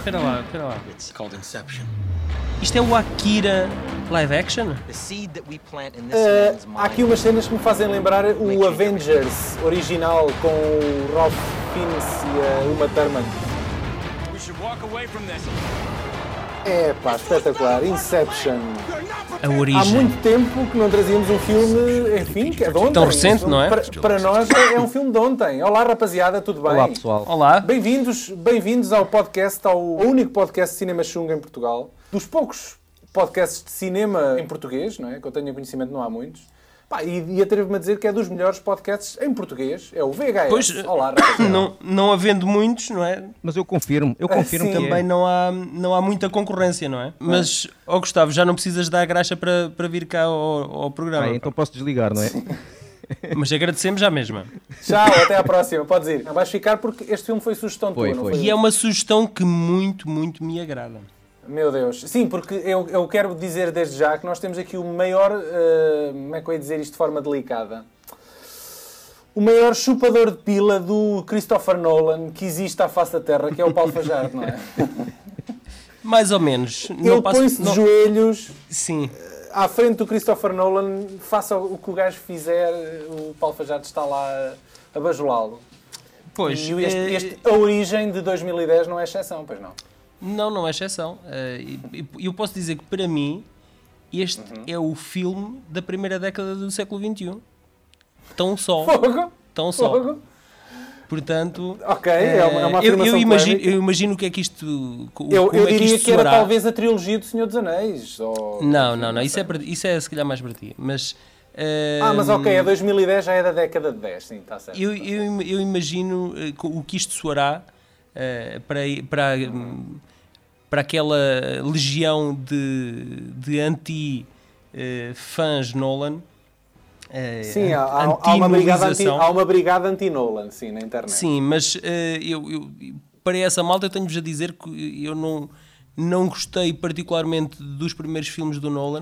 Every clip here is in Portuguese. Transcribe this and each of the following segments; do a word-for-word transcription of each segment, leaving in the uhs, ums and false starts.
espera lá, espera lá. It's called Inception. Isto é o Akira live action? The seed that we plant in this Uh, man's mind. há aqui umas cenas que me fazem lembrar o Avengers original com o Ralph Fiennes e a Uma Thurman. We should walk away from this. É pá, espetacular. Inception. A Há origem. muito tempo que não trazíamos um filme, enfim, que é de ontem. Tão recente, Um filme não é? Para, para nós é, é um filme de ontem. Olá, rapaziada, tudo bem? Olá, pessoal. Olá. Bem-vindos, bem-vindos ao podcast, ao único podcast de cinema chunga em Portugal. Dos poucos podcasts de cinema em português, não é? Que eu tenho conhecimento, não há muitos. Pá, e, e atrevo-me a dizer que é dos melhores podcasts em português. É o V H S. Pois, Olá, rapaziada. Não, não havendo muitos, não é? Mas eu confirmo, eu confirmo sim. que Também é. não há, não há muita concorrência, não é? Mas, ó Gustavo, já não precisas dar graxa para, para vir cá ao, ao programa. Ah, então posso desligar, não é? Mas agradecemos já mesma. Tchau, até à próxima. Podes ir. Não vais ficar porque este filme foi sugestão Foi, tua, não foi. foi? E é uma sugestão que muito, muito me agrada. Meu Deus. Sim, porque eu, eu quero dizer desde já que nós temos aqui o maior... Uh, como é que eu ia dizer isto de forma delicada? O maior chupador de pila do Christopher Nolan que existe à face da Terra, que é o Paulo Fajardo, não é? Mais ou menos. Ele Não passo- põe-se de não- joelhos Sim. à frente do Christopher Nolan, faça o que o gajo fizer, o Paulo Fajardo está lá a bajulá-lo. Pois, E este, eh, este, a origem de dois mil e dez não é exceção, pois não? Não, não é exceção. Eh, e- e eu posso dizer que, para mim, este Uhum. é o filme da primeira década do século vinte e um. Tão só. Fogo! Tão só. Fogo! Portanto, Ok, é uma, é uma eh, eu, afirmação eu, imagino, polémica. eu imagino o que é que isto. o- Eu, como eu é que diria isto que era soará. talvez a trilogia do Senhor dos Anéis. Ou... Não, não, não. Isso é, para- isso é se calhar mais para ti. Mas. eh, Ah, mas ok, a dois mil e dez já é da década de dez, sim, está certo. Eu, eu, eu imagino eh, co- o que isto soará eh, para, para, hum, para aquela legião de, de anti-fãs Nolan. eh, Sim, há, há- há uma brigada anti, anti-novelização. há uma brigada anti-Nolan, sim, na internet. Sim, mas eh, eu, eu- para essa malta eu tenho-vos a dizer que eu não, não gostei particularmente dos primeiros filmes do Nolan.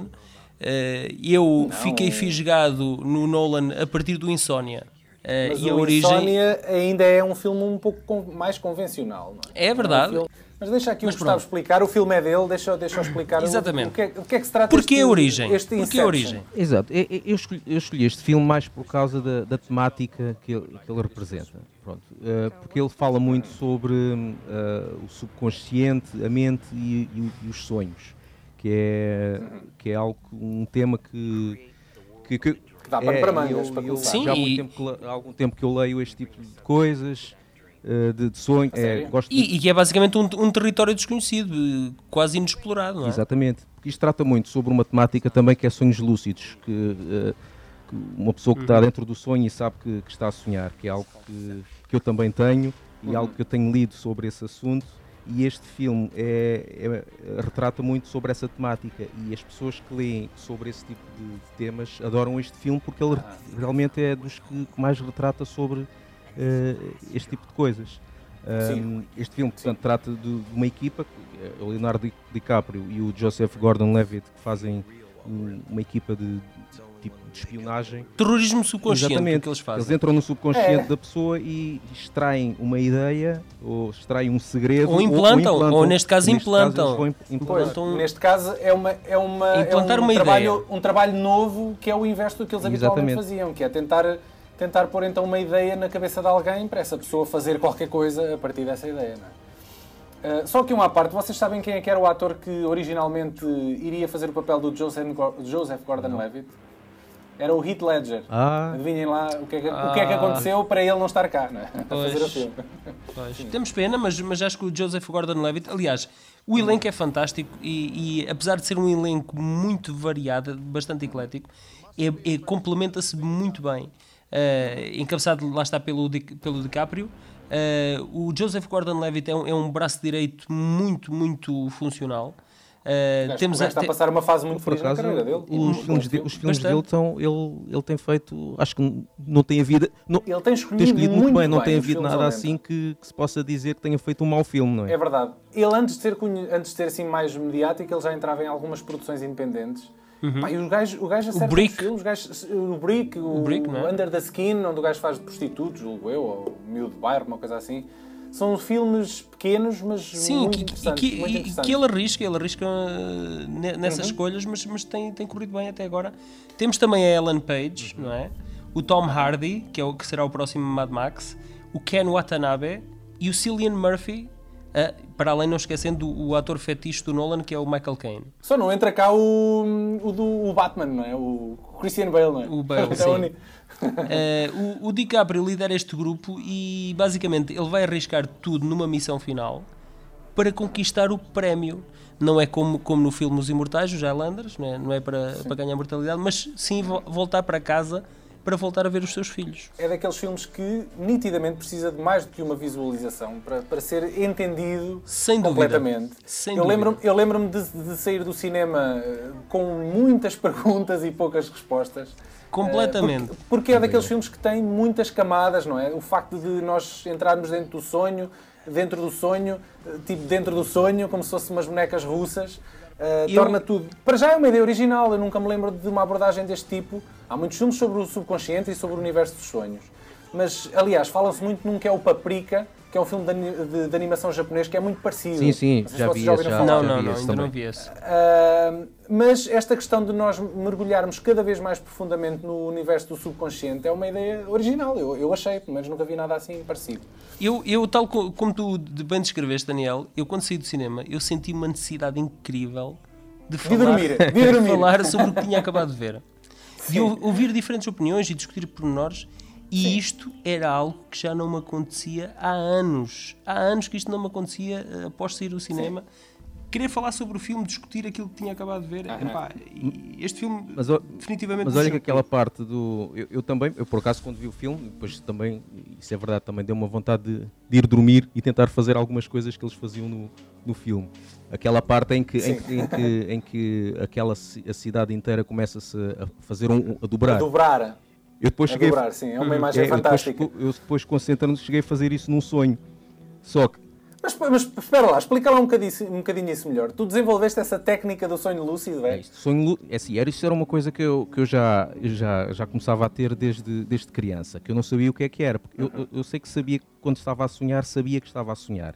Eh, eu fiquei fisgado no Nolan a partir do Insónia. Eh, Mas e a o origem Insónia ainda é um filme um pouco con- mais convencional, não é? é verdade. É um filme- Mas deixa aqui Mas o Gustavo pronto. explicar, o filme é dele, deixa, deixa eu explicar o- Exatamente. O, que é, o que é que se trata Porquê este, a origem? este Porquê a Inception? origem? Exato. Eu, eu- eu escolhi, eu escolhi este filme mais por causa da, da temática que ele, que ele representa. Pronto. Eh, porque ele fala muito sobre eh, o subconsciente, a mente e, e o- e os sonhos. Que é, que é algo, um tema que... que, que Que dá pano para mangas, eu- para eu- começar. Sim, já há, muito e- tempo que, le- há algum tempo que eu leio este tipo de coisas, eh, de, de sonho. É, sério? gosto de- E, e que é basicamente um, um território desconhecido, eh, quase inexplorado, não é? Exatamente, porque isto trata muito sobre uma temática também que é sonhos lúcidos, que, eh, que uma pessoa que Uhum. está dentro do sonho e sabe que, que está a sonhar, que é algo que, que eu também tenho e Uhum. algo que eu tenho lido sobre esse assunto, e este filme é, é- retrata muito sobre essa temática, e as pessoas que leem sobre esse tipo de, de temas adoram este filme porque ele realmente é dos que, que mais retrata sobre eh, este tipo de coisas. Um, este filme, portanto, trata de, de uma equipa, que é o Leonardo Di- DiCaprio e o Joseph Gordon-Levitt, que fazem um- uma equipa de, de tipo de espionagem. Terrorismo subconsciente, Exatamente. o que eles fazem. Eles entram no subconsciente É. da pessoa e extraem uma ideia, ou extraem um segredo, Ou implantam, ou neste caso implantam. eles vão imp- implantam. Pois, Então- neste caso é, uma, é, uma, é Implantar um, uma trabalho, um trabalho novo que é o inverso do que eles habitualmente Exatamente. faziam, que é tentar, tentar pôr então uma ideia na cabeça de alguém para essa pessoa fazer qualquer coisa a partir dessa ideia. Não é? Uh, só que uma à parte, vocês sabem quem é que era o ator que originalmente iria fazer o papel do Joseph, Go- Joseph Gordon-Levitt? Era o Heath Ledger. Ah. Adivinhem lá o que, é que, o que é que aconteceu para ele não estar cá, não é? A Pois. fazer o filme. Pois. Temos pena, mas, mas acho que o Joseph Gordon-Levitt, aliás, o elenco é fantástico e, e apesar de ser um elenco muito variado, bastante eclético, é, é- complementa-se muito bem. Eh, encabeçado, lá está, pelo, Di- pelo DiCaprio. Eh, o Joseph Gordon-Levitt é um, é um braço direito muito, muito funcional. Eh, O gajo- temos o gajo está a te- passar uma fase muito Por feliz na acaso, carreira dele. os filmes, de, os filmes Bastante. dele estão, ele, ele tem feito, acho que não tem havido, não, Ele tem tem escolhido, escolhido muito bem, não tem os havido filmes nada onde entra. assim que, que se possa dizer que tenha feito um mau filme, não é? É verdade. Ele, antes de ser, conhe- antes de ser assim mais mediático, ele já entrava em algumas produções independentes. Pá, e o gajo, o gajo acerta Brick. os filmes. O, gajo, o Brick, o, Brick, não é? Under the Skin, onde o gajo faz de prostitutos, julgo eu, ou miúdo de bairro, uma coisa assim. são filmes pequenos, mas Sim, muito que, interessantes. que, muito e interessantes. que ele arrisca, ele arrisca uh, ne- nessas Uhum. escolhas, mas, mas tem, tem corrido bem até agora. Temos também a Ellen Page, Uhum. não é? O Tom Hardy, que, é o, que será o próximo Mad Max, o Ken Watanabe e o Cillian Murphy, uh, para além não esquecendo o, o ator fetiche do Nolan, que é o Michael Caine. Só não entra cá o, o do o Batman, não é? O Christian Bale, não é? O Bale, É sim. único. Uh, o, o DiCaprio lidera este grupo e basicamente ele vai arriscar tudo numa missão final para conquistar o prémio. Não é como, como no filme Os Imortais, os Highlanders, não é, não é para, para ganhar mortalidade, mas sim vo- voltar para casa para voltar a ver os seus filhos. É daqueles filmes que nitidamente precisa de mais do que uma visualização para, para ser entendido Sem dúvida. completamente. Sem eu dúvida. lembro-me eu lembro-me de, de sair do cinema eh, com muitas perguntas e poucas respostas. Completamente. Eh, Porque, porque é daqueles filmes que têm muitas camadas, não é? O facto de nós entrarmos dentro do sonho, dentro do sonho, eh, tipo dentro do sonho, como se fossem umas bonecas russas, eh, Eu- torna tudo. Para já é uma ideia original, eu nunca me lembro de uma abordagem deste tipo. Há muitos filmes sobre o subconsciente e sobre o universo dos sonhos. Mas, aliás, fala-se muito num que é o Paprika, que é um filme de, ani- de- de animação japonês que é muito parecido. Sim, sim, Não sei se já vocês vi ouviram esse, já. falar. Não, não, vi não, esse ainda não também. vi esse. Ah, mas esta questão de nós mergulharmos cada vez mais profundamente no universo do subconsciente é uma ideia original. Eu, eu achei, pelo menos nunca vi nada assim parecido. Eu, eu, tal co- como tu de- bem descreveste, Daniel, eu quando saí do cinema, eu senti uma necessidade incrível de falar, dormir, de dormir. falar sobre o que tinha acabado de ver. De ou- ouvir diferentes opiniões e discutir pormenores. E Sim. isto era algo que já não me acontecia há anos. Há anos que isto não me acontecia eh, após sair do cinema. Querer falar sobre o filme, discutir aquilo que tinha acabado de ver. Epá, e este filme Mas, ó, definitivamente... Mas olha que desejou. aquela parte do... Eu, eu também, eu por acaso quando vi o filme, depois também, isso é verdade, também deu uma vontade de, de ir dormir e tentar fazer algumas coisas que eles faziam no, no filme. Aquela parte em que, em, que- em que, em que aquela, ci- a cidade inteira começa-se a fazer um, a dobrar. A dobrar. Eu depois A cheguei... dobrar, sim. É uma É, imagem eu depois, fantástica. eu depois concentrando cheguei a fazer isso num sonho. Só que Mas, mas espera lá, explica lá um bocadinho, um bocadinho isso melhor. Tu desenvolveste essa técnica do sonho lúcido, é? É isto, sonho, lu- é assim, era, isso era uma coisa que eu, que eu já, já, já começava a ter desde, desde criança, que eu não sabia o que é que era. Porque eu, eu, eu sei que sabia que quando estava a sonhar, sabia que estava a sonhar.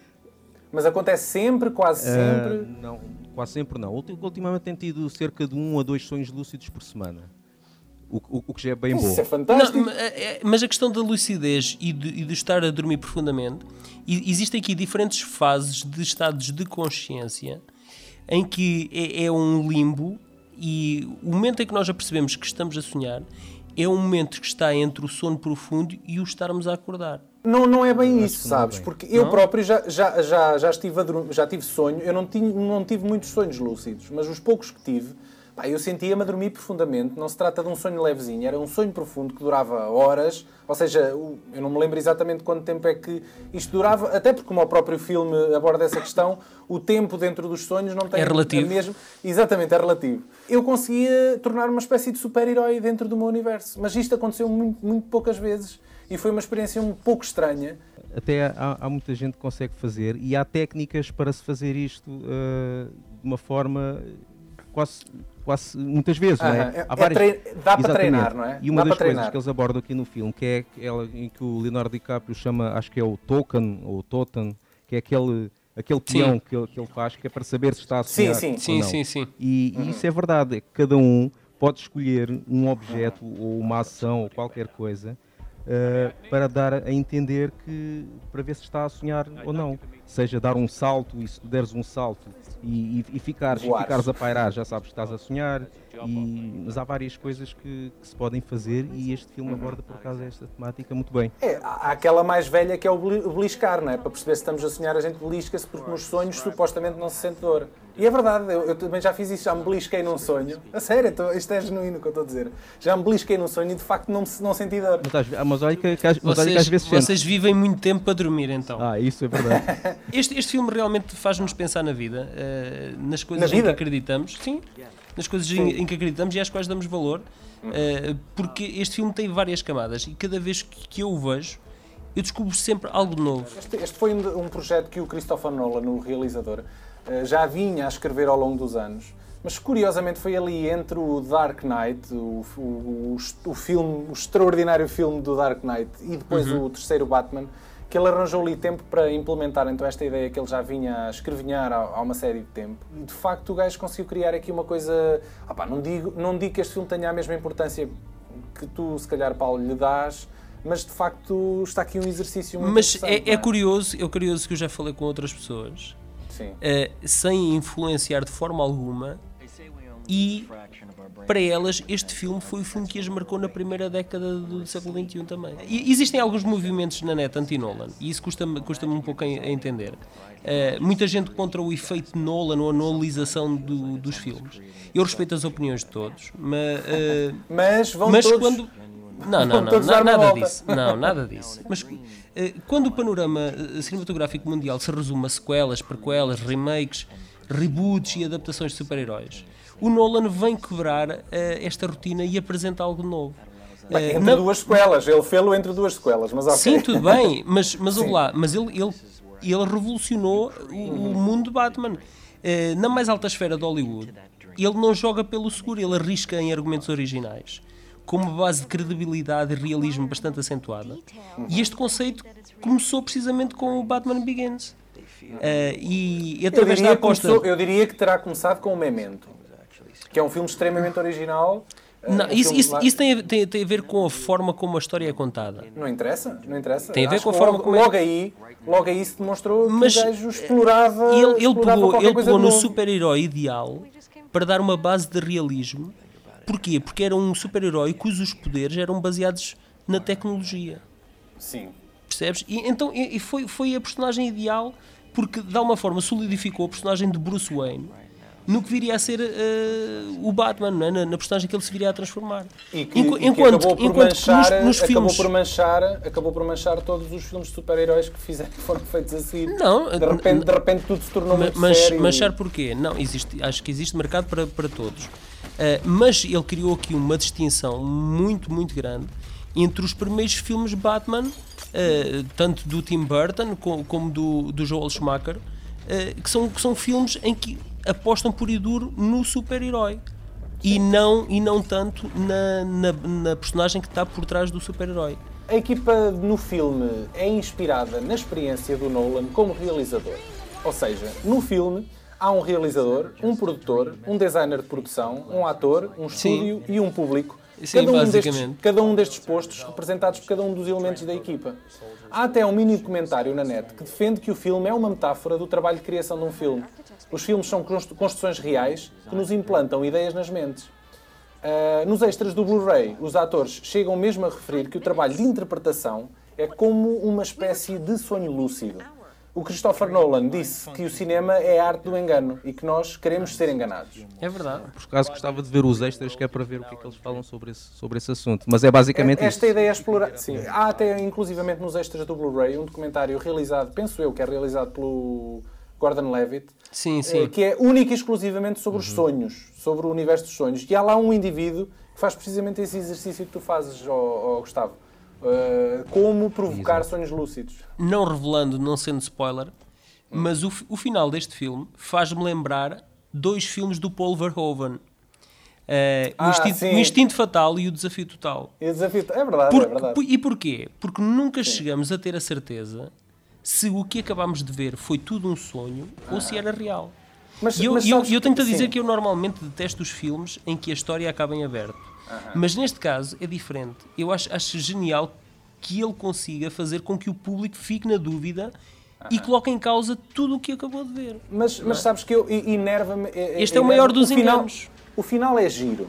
Mas acontece sempre, quase sempre. Ah, não, quase sempre não. Ulti- Ultimamente tenho tido cerca de um a dois sonhos lúcidos por semana. O, o, o que já é bem bom. Isso é fantástico. Não, ma- é- mas a questão da lucidez e de, e de estar a dormir profundamente, e- existem aqui diferentes fases de estados de consciência em que é, é um limbo, e o momento em que nós apercebemos que estamos a sonhar é um momento que está entre o sono profundo e o estarmos a acordar. Não, não é bem isso, que não é sabes? bem. Porque eu Não? próprio já, já, já, já, estive a dormir, já tive sonho, eu não, tinha, não tive muitos sonhos lúcidos, mas os poucos que tive, pá, eu sentia-me a dormir profundamente. Não se trata de um sonho levezinho, era um sonho profundo que durava horas, ou seja, o- eu não me lembro exatamente quanto tempo é que isto durava, até porque como o próprio filme aborda essa questão, o tempo dentro dos sonhos não tem É relativo. a mesma... Exatamente, é relativo. Eu conseguia tornar uma espécie de super-herói dentro do meu universo, mas isto aconteceu muito, muito poucas vezes e foi uma experiência um pouco estranha. Até há, há muita gente que consegue fazer e há técnicas para se fazer isto ah, de uma forma quase, quase muitas vezes, não Aham, é? é- Há é trein- dá para Exatamente. treinar, não é? E uma Dá das para coisas treinar. que eles abordam aqui no filme, que é aquela em que o Leonardo DiCaprio chama, acho que é o token, ou totem, que é aquele, aquele peão que ele, que ele faz, que é para saber se está a Sim, sonhar sim. ou Sim, não. sim, sim. E, e isso é verdade, é que cada um pode escolher um objeto ou uma ação ou qualquer coisa eh, para dar a entender que, para ver se está a sonhar ou não. Seja dar um salto, e se tu deres um salto e, e, e ficares, e Voares. ficares a pairar, já sabes que estás a sonhar. E, mas há várias coisas que, que se podem fazer e este filme aborda por acaso esta temática muito bem. É, há aquela mais velha que é o beli- o beliscar, não é? Para perceber se estamos a sonhar, a gente belisca-se porque nos sonhos supostamente não se sente dor. E é verdade, eu, eu também já fiz isso, já me belisquei num sonho. A sério, tô- isto é genuíno o que eu estou a dizer. Já me belisquei num sonho e de facto não, me, não senti dor. Mas, às- mas olha que, que, às- mas olha que Vocês, às vezes sente. vocês vivem muito tempo para dormir, então. Ah, isso é verdade. Este, este filme realmente faz-nos pensar na vida, eh, nas coisas Na em vida? que acreditamos, sim, nas coisas em, em que acreditamos e às quais damos valor, eh, porque este filme tem várias camadas e cada vez que, que eu o vejo, eu descubro sempre algo novo. Este, este foi um, um projeto que o Christopher Nolan, o realizador, eh, já vinha a escrever ao longo dos anos. Mas curiosamente foi ali entre o Dark Knight, o, o, o, o filme, o extraordinário filme do Dark Knight, e depois o terceiro Batman, que ele arranjou ali tempo para implementar então esta ideia que ele já vinha a escrevinhar há, há uma série de tempo. E de facto o gajo conseguiu criar aqui uma coisa... Ah pá, não digo, não digo que este filme tenha a mesma importância que tu, se calhar, Paulo, lhe dás, mas de facto está aqui um exercício muito Mas interessante. é, é não curioso, é curioso que eu já falei com outras pessoas, Sim. uh, sem influenciar de forma alguma, e para elas este filme foi o filme que as marcou na primeira década do século vinte e um também. E existem alguns movimentos na net anti-Nolan, e isso custa-me, custa-me um pouco a, a entender. Uh, muita gente contra o efeito Nolan ou a nolalização do, dos filmes. Eu respeito as opiniões de todos, mas... Uh, Mas vão mas todos... quando... Não, não, não, todos na, dar uma nada volta. disso. Não, nada disso. Mas uh, quando o panorama uh, cinematográfico mundial se resume a sequelas, prequelas, remakes, reboots e adaptações de super-heróis, o Nolan vem quebrar uh, esta rotina e apresenta algo novo. Bem, Uh, entre não- duas sequelas, ele fê-lo entre duas sequelas, mas ok. Sim, tudo bem, mas, mas Sim. ouve lá, mas ele, ele, ele revolucionou o, o mundo de Batman. Uh, na mais alta esfera de Hollywood, ele não joga pelo seguro, ele arrisca em argumentos originais, com uma base de credibilidade e realismo bastante acentuada. E este conceito começou precisamente com o Batman Begins. Uh, e, e Eu através da diria, que aposta... começou- eu diria que terá começado com o Memento, que é um filme extremamente original. Não, um isso, filme isso, lá- isso tem, a- tem, tem a ver com a forma como a história é contada. Não interessa, não interessa. Tem a ver Acho com a que forma logo, como é- logo aí, logo aí se demonstrou Mas, que o gajo explorava, Ele, ele explorava pegou, qualquer ele coisa pegou de no novo. super-herói ideal para dar uma base de realismo. Porquê? Porque era um super-herói cujos poderes eram baseados na tecnologia. Sim. Percebes? E então e e foi, foi a personagem ideal porque de alguma forma solidificou a personagem de Bruce Wayne no que viria a ser uh, o Batman, não é? na, na personagem que ele se viria a transformar. E que, Enqu- e que enquanto acabou por enquanto que nos, manchar, nos acabou filmes... por manchar, acabou por manchar todos os filmes de super-heróis que fizeram, que foram feitos a seguir. Não, de repente, de repente tudo se tornou Ma- muito mas sério. manchar porquê? Não, existe, acho que existe mercado para, para todos. Uh, mas ele criou aqui uma distinção muito, muito grande entre os primeiros filmes Batman, uh, tanto do Tim Burton co- como do, do Joel Schumacher, uh, que, são, que são filmes em que apostam por e duro no super-herói e não, e não tanto na, na, na personagem que está por trás do super-herói. A equipa no filme é inspirada na experiência do Nolan como realizador. Ou seja, no filme há um realizador, um produtor, um designer de produção, um ator, um estúdio e um público. Sim, cada, um destes, basicamente. cada um destes postos representados por cada um dos elementos da equipa. Há até um mini documentário na net que defende que o filme é uma metáfora do trabalho de criação de um filme. Os filmes são constru- construções reais que nos implantam ideias nas mentes. Uh, nos extras do Blu-ray, os atores chegam mesmo a referir que o trabalho de interpretação é como uma espécie de sonho lúcido. O Christopher Nolan disse que o cinema é a arte do engano e que nós queremos ser enganados. É verdade. Por acaso gostava de ver os extras, que é para ver o que é que eles falam sobre esse, sobre esse assunto. Mas é basicamente Esta isso. ideia é explorar. Sim, há até, inclusivamente, nos extras do Blu-ray, um documentário realizado, penso eu, que é realizado pelo Gordon Levitt, Sim, eh, sim. que é único e exclusivamente sobre os sonhos, sobre o universo dos sonhos. E há lá um indivíduo que faz precisamente esse exercício que tu fazes, ó, ó, Gustavo. Uh, como provocar sonhos lúcidos. Não revelando, não sendo spoiler, mas o, fi- o final deste filme faz-me lembrar dois filmes do Paul Verhoeven. Uh, Ah, o, instinto, sim. o Instinto Fatal e o Desafio Total. E o desafio... É verdade, Por- é verdade. por- e porquê? Porque nunca chegamos a ter a certeza se o que acabámos de ver foi tudo um sonho ou se era real. Mas, E eu, mas e eu, sabes eu tenho-te a que- dizer sim. que eu normalmente detesto os filmes em que a história acaba em aberto. Mas neste caso é diferente. Eu acho, acho genial que ele consiga fazer com que o público fique na dúvida e coloque em causa tudo o que acabou de ver. Mas, mas sabes que eu e- enerva-me... e- Este é o enerva-me- maior dos final, enganos. O final é giro.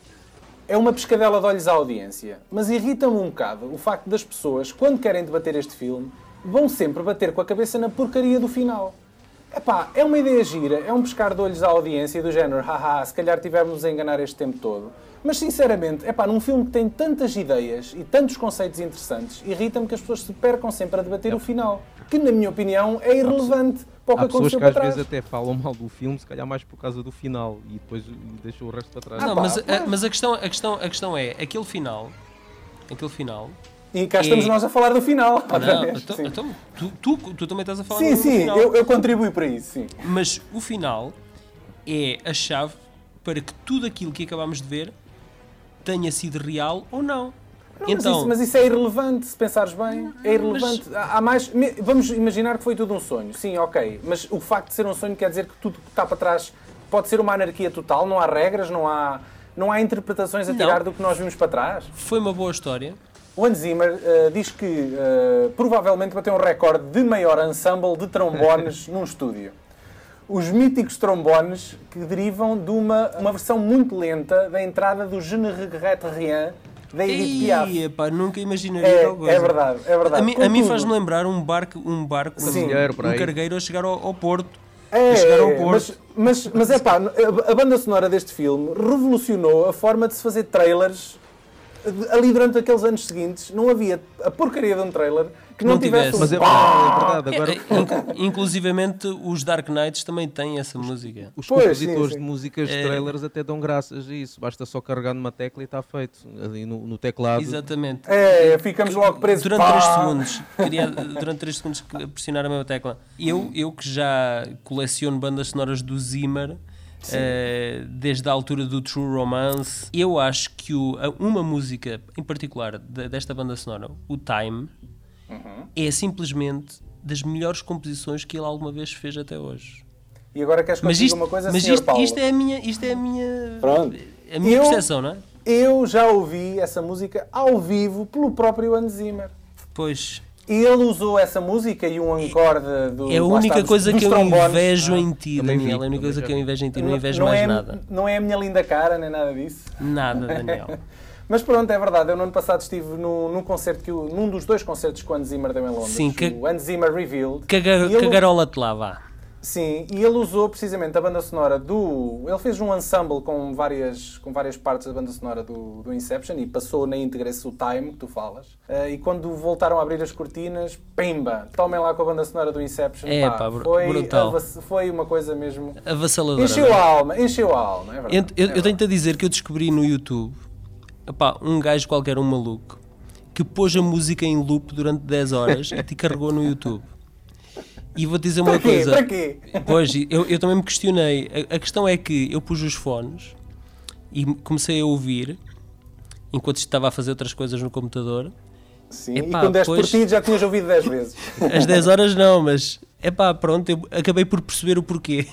É uma pescadela de olhos à audiência. Mas irrita-me um bocado o facto das pessoas, quando querem debater este filme, vão sempre bater com a cabeça na porcaria do final. Epá, é uma ideia gira, é um pescar de olhos à audiência do género, haha, se calhar tivemos a enganar este tempo todo. Mas sinceramente, epá, num filme que tem tantas ideias e tantos conceitos interessantes, irrita-me que as pessoas se percam sempre a debater o final, que na minha opinião é irrelevante para o que Há pessoas aconteceu que às para trás. vezes até falam mal do filme, se calhar mais por causa do final, e depois deixam o resto para trás. Não, pá, mas, a, pois. mas a, questão, a, questão, a questão é, aquele final, aquele final... E cá estamos E- nós a falar do final. outra Não, vez. então, Sim. então, tu, tu, tu também estás a falar sim, do sim, final. eu, eu contribuo para isso, sim. Mas o final é a chave para que tudo aquilo que acabámos de ver tenha sido real ou não. Não, Então, mas, isso, mas isso é irrelevante, se pensares bem. É irrelevante. Mas... Há, há mais... Vamos imaginar que foi tudo um sonho. Sim, ok. Mas o facto de ser um sonho quer dizer que tudo que está para trás pode ser uma anarquia total, não há regras, não há, não há interpretações a tirar não. do que nós vimos para trás. Foi uma boa história. O Hans Zimmer uh, diz que uh, provavelmente bateu um recorde de maior ensemble de trombones num estúdio. Os míticos trombones que derivam de uma, uma versão muito lenta da entrada do Je ne regrette rien da Edith Piaf. Epá, nunca imaginaria é, tal coisa. É verdade, é verdade. A mim, a mim faz-me lembrar um barco, um barco, Sim. um cargueiro a chegar ao, ao Porto. É, a chegar ao Porto. Mas, mas, mas é pá, a banda sonora deste filme revolucionou a forma de se fazer trailers. Ali durante aqueles anos seguintes não havia a porcaria de um trailer que não, não tivesse, tivesse. Um... Mas é verdade, é verdade. Agora... É, inclusivamente os Dark Knights também têm essa música. Os pois, compositores sim, sim. de músicas de trailers é... até dão graças a isso. Basta só carregar numa tecla e está feito. Ali no, no teclado. Exatamente. É, ficamos logo presos. Durante três segundos. Queria, durante três segundos pressionar a mesma tecla. Eu, eu que já coleciono bandas sonoras do Zimmer... Uh, desde a altura do True Romance, eu acho que o, uma música em particular de, desta banda sonora, o Time, uhum. é simplesmente das melhores composições que ele alguma vez fez até hoje. E agora queres contigo isto, uma coisa, mas senhor isto, Paulo? isto é a minha, isto é a minha, Pronto. a minha eu, percepção, não é? Eu já ouvi essa música ao vivo pelo próprio Hans Zimmer. Pois. E ele usou essa música e um encore do... É a única está, coisa dos, que dos eu trombones. invejo ah, em ti, Daniel. É a única coisa que eu invejo em ti. Não, não invejo não mais é, nada. Não é a minha linda cara, nem nada disso. Nada, Daniel. Mas pronto, é verdade. Eu no ano passado estive num, num concerto, que eu, num dos dois concertos que o Hans Zimmer deu em Londres. Sim, que, o Hans Zimmer Revealed. Cagar, ele, cagarola te lá, vá. Sim, e ele usou precisamente a banda sonora do... Ele fez um ensemble com várias, com várias partes da banda sonora do, do Inception e passou na íntegra esse o Time, que tu falas. Uh, e quando voltaram a abrir as cortinas, pimba, tomem lá com a banda sonora do Inception. É, pá, pá, foi, brutal. Foi uma coisa mesmo... Avassaladora. Encheu a alma, encheu a alma, é verdade. Eu, eu, é eu tenho-te a dizer que eu descobri no YouTube, epá, um gajo qualquer, um maluco, que pôs a música em loop durante dez horas e te carregou no YouTube. E vou-te dizer uma para quê? coisa. Para quê? Pois, eu, eu também me questionei. A, a questão é que eu pus os fones e comecei a ouvir enquanto estava a fazer outras coisas no computador. Sim, epá, e quando deste depois, por ti já tinhas ouvido dez vezes. Às dez horas não, mas epá, pronto, eu acabei por perceber o porquê.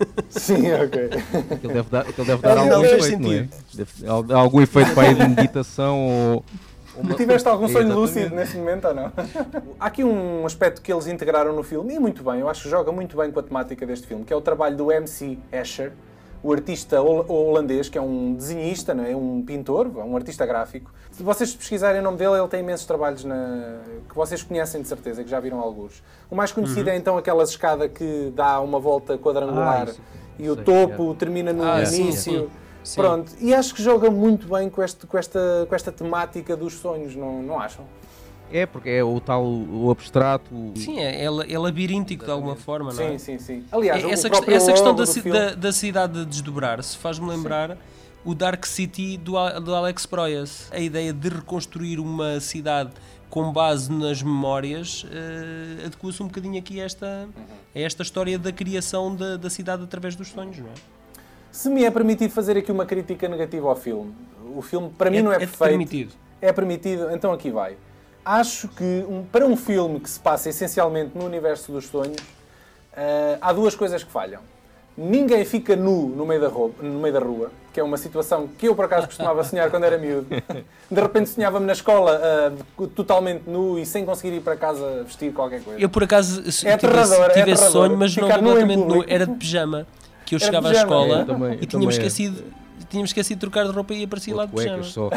Sim, ok. Ele deve dar, ele deve dar não, algum não efeito, não é? Deve, algum efeito para ir de meditação ou... Uma... Tiveste algum sonho Exatamente. lúcido nesse momento ou não? Há aqui um aspecto que eles integraram no filme, e muito bem, eu acho que joga muito bem com a temática deste filme, que é o trabalho do M C Escher, o artista holandês, que é um desenhista, não é? Um pintor, um artista gráfico. Se vocês pesquisarem o nome dele, ele tem imensos trabalhos na... que vocês conhecem de certeza, que já viram alguns. O mais conhecido uhum. é então aquela escada que dá uma volta quadrangular ah, e o sei, topo é. termina no ah, início. Sim, sim. Sim. Pronto, e acho que joga muito bem com, este, com, esta, com esta temática dos sonhos, não, não acham? É, porque é o tal, o abstrato... O... Sim, é, é labiríntico de alguma forma, não é? Sim, sim, sim. Aliás, é, essa, o quest essa questão da, filme... da, da cidade de desdobrar-se faz-me lembrar sim. o Dark City do, do Alex Proyas. A ideia de reconstruir uma cidade com base nas memórias uh, adequa-se um bocadinho aqui a esta, a esta história da criação da, da cidade através dos sonhos, não é? Se me é permitido fazer aqui uma crítica negativa ao filme, o filme para mim é, não é, é perfeito. permitido. É permitido, então aqui vai. Acho que um, para um filme que se passa essencialmente no universo dos sonhos, uh, há duas coisas que falham. Ninguém fica nu no meio, da rua, no meio da rua, que é uma situação que eu por acaso costumava sonhar quando era miúdo. De repente sonhava-me na escola uh, totalmente nu e sem conseguir ir para casa vestir qualquer coisa. Eu por acaso é tive, tive é esse sonho, mas não completamente nu, era de pijama. Que eu era chegava pijama, à escola é, também, e tínhamos esquecido, tínhamos esquecido de trocar de roupa e aparecia lá de pijama. Só.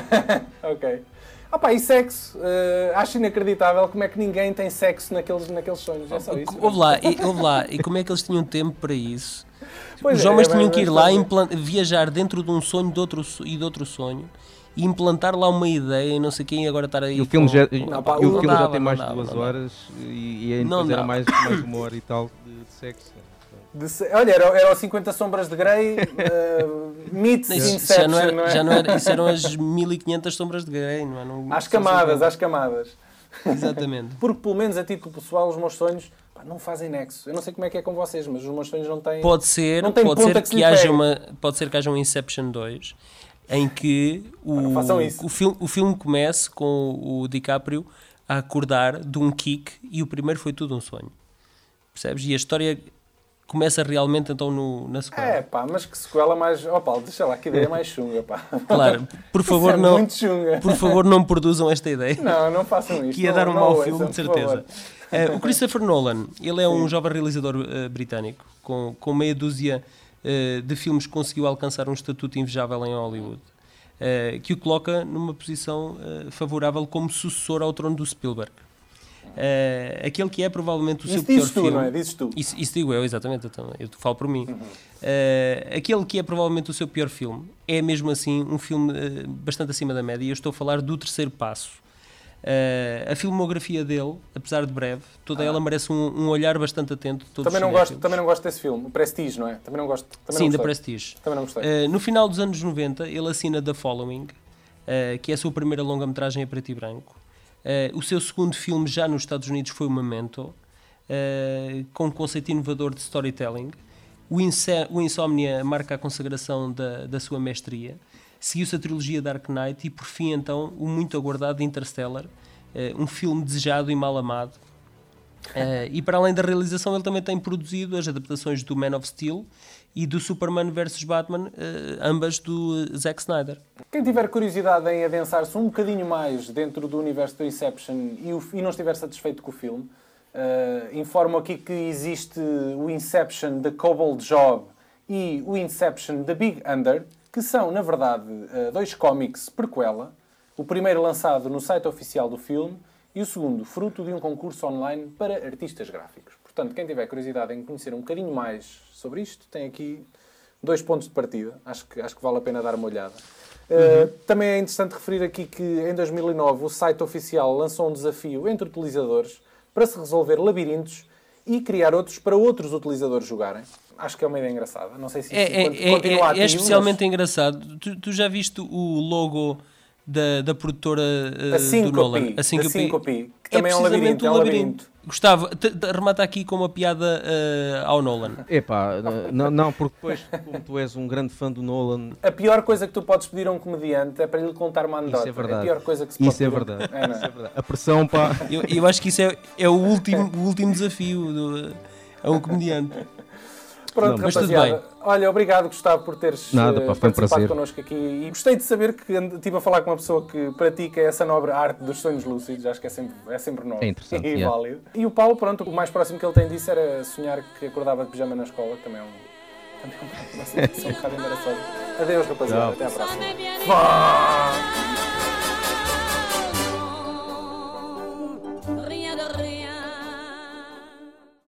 Ok. Ah pá, e sexo? Uh, acho inacreditável como é que ninguém tem sexo naqueles, naqueles sonhos. É só isso. Houve lá, e, houve lá, e como é que eles tinham tempo para isso? Pois Os é, homens é, tinham que ir lá, viajar dentro de um sonho de outro, e de outro sonho e implantar lá uma ideia e não sei quem agora estar aí. E o filme com, já, com, não, pá, e o filme dava, já tem mais de dava, duas horas e, e não ainda era mais, mais uma hora e tal de, de sexo. De se... Olha, era, era o cinquenta Sombras de Grey, uh, meets Inception, já não era, não é? Já não era, isso eram as mil e quinhentas Sombras de Grey, não é? Não, às camadas, às camadas. Exatamente. Porque, pelo menos a título pessoal, os meus sonhos pá, não fazem nexo. Eu não sei como é que é com vocês, mas os meus sonhos não têm... Pode ser, não têm pode, ser que, que haja uma, pode ser que haja um Inception dois. em que o, não façam isso. o, filme, o filme começa com o DiCaprio a acordar de um kick e o primeiro foi tudo um sonho. Percebes? E a história começa realmente então no, na sequela. É pá, mas que sequela mais... Oh Paulo, deixa lá, que ideia mais chunga, pá. Claro, por favor, Isso é não, muito chunga. por favor não produzam esta ideia. Não, não façam isto. Que ia não, dar um não mau ouçam, filme, de por certeza. favor. Uh, o Christopher Nolan, ele é um jovem realizador uh, britânico, com, com meia dúzia uh, de filmes que conseguiu alcançar um estatuto invejável em Hollywood, uh, que o coloca numa posição uh, favorável como sucessor ao trono do Spielberg. Uh, aquele que é provavelmente o Isso seu pior dizes tu, filme. não é? Dizes tu. Isso, isso digo eu, exatamente, eu, também, eu falo por mim. Uhum. Uh, aquele que é provavelmente o seu pior filme é mesmo assim um filme uh, bastante acima da média, e eu estou a falar do Terceiro Passo. Uh, a filmografia dele, apesar de breve, toda ah. ela merece um, um olhar bastante atento de todos Também os não, gosto, cinéfilos. também não gosto desse filme, o Prestige, não é? Também não gosto. Também Sim, não da gostei. Prestige. Também não gostei. Uh, no final dos anos noventa, ele assina The Following, uh, que é a sua primeira longa-metragem a preto e branco. Uh, o seu segundo filme já nos Estados Unidos foi o Memento, uh, com um conceito inovador de storytelling. O, Inse- o Insomnia marca a consagração da, da sua mestria. Seguiu-se a trilogia Dark Knight e, por fim, então, o muito aguardado Interstellar, uh, um filme desejado e mal amado. Uh, e para além da realização, ele também tem produzido as adaptações do Man of Steel e do Superman versus Batman, uh, ambas do uh, Zack Snyder. Quem tiver curiosidade em adensar-se um bocadinho mais dentro do universo do Inception e, o, e não estiver satisfeito com o filme, uh, informo aqui que existe o Inception The Kobold Job e o Inception The Big Under, que são, na verdade, uh, dois cómics prequela, o primeiro lançado no site oficial do filme e o segundo fruto de um concurso online para artistas gráficos. Portanto, quem tiver curiosidade em conhecer um bocadinho mais sobre isto, tem aqui dois pontos de partida. Acho que, acho que vale a pena dar uma olhada. Uhum. Uh, também é interessante referir aqui que em dois mil e nove o site oficial lançou um desafio entre utilizadores para se resolver labirintos e criar outros para outros utilizadores jogarem. Acho que é uma ideia engraçada. Não sei se isso É, é, continua é, ativo, é especialmente mas... engraçado. Tu, tu já viste o logo da, da produtora uh, a do Syncope, Nolan? A Syncope, que É também é um labirinto. É um labirinto. Gustavo, te, te, remata aqui com uma piada uh, ao Nolan. Epá, não, não, porque depois, como tu és um grande fã do Nolan... A pior coisa que tu podes pedir a um comediante é para lhe contar uma anedota. Isso é verdade. É a pior coisa que se pode Isso é pedir. verdade. É, não é? Isso é verdade. A pressão, pá... Eu, eu acho que isso é, é o, último, o último desafio do, a um comediante. Pronto, Não, mas tudo rapaziada. Olha, obrigado, Gustavo, por teres Nada, uh, pá, foi um participado prazer. connosco aqui. E gostei de saber que and- estive a falar com uma pessoa que pratica essa nobre arte dos sonhos lúcidos. Acho que é sempre, é sempre nobre É interessante, e yeah. válido. E o Paulo, pronto, o mais próximo que ele tem disso era sonhar que acordava de pijama na escola, que também é, um, também é uma situação um bocado embaraçosa. Adeus, rapaziada. Tchau. Até à próxima. Sonne bien. Vá!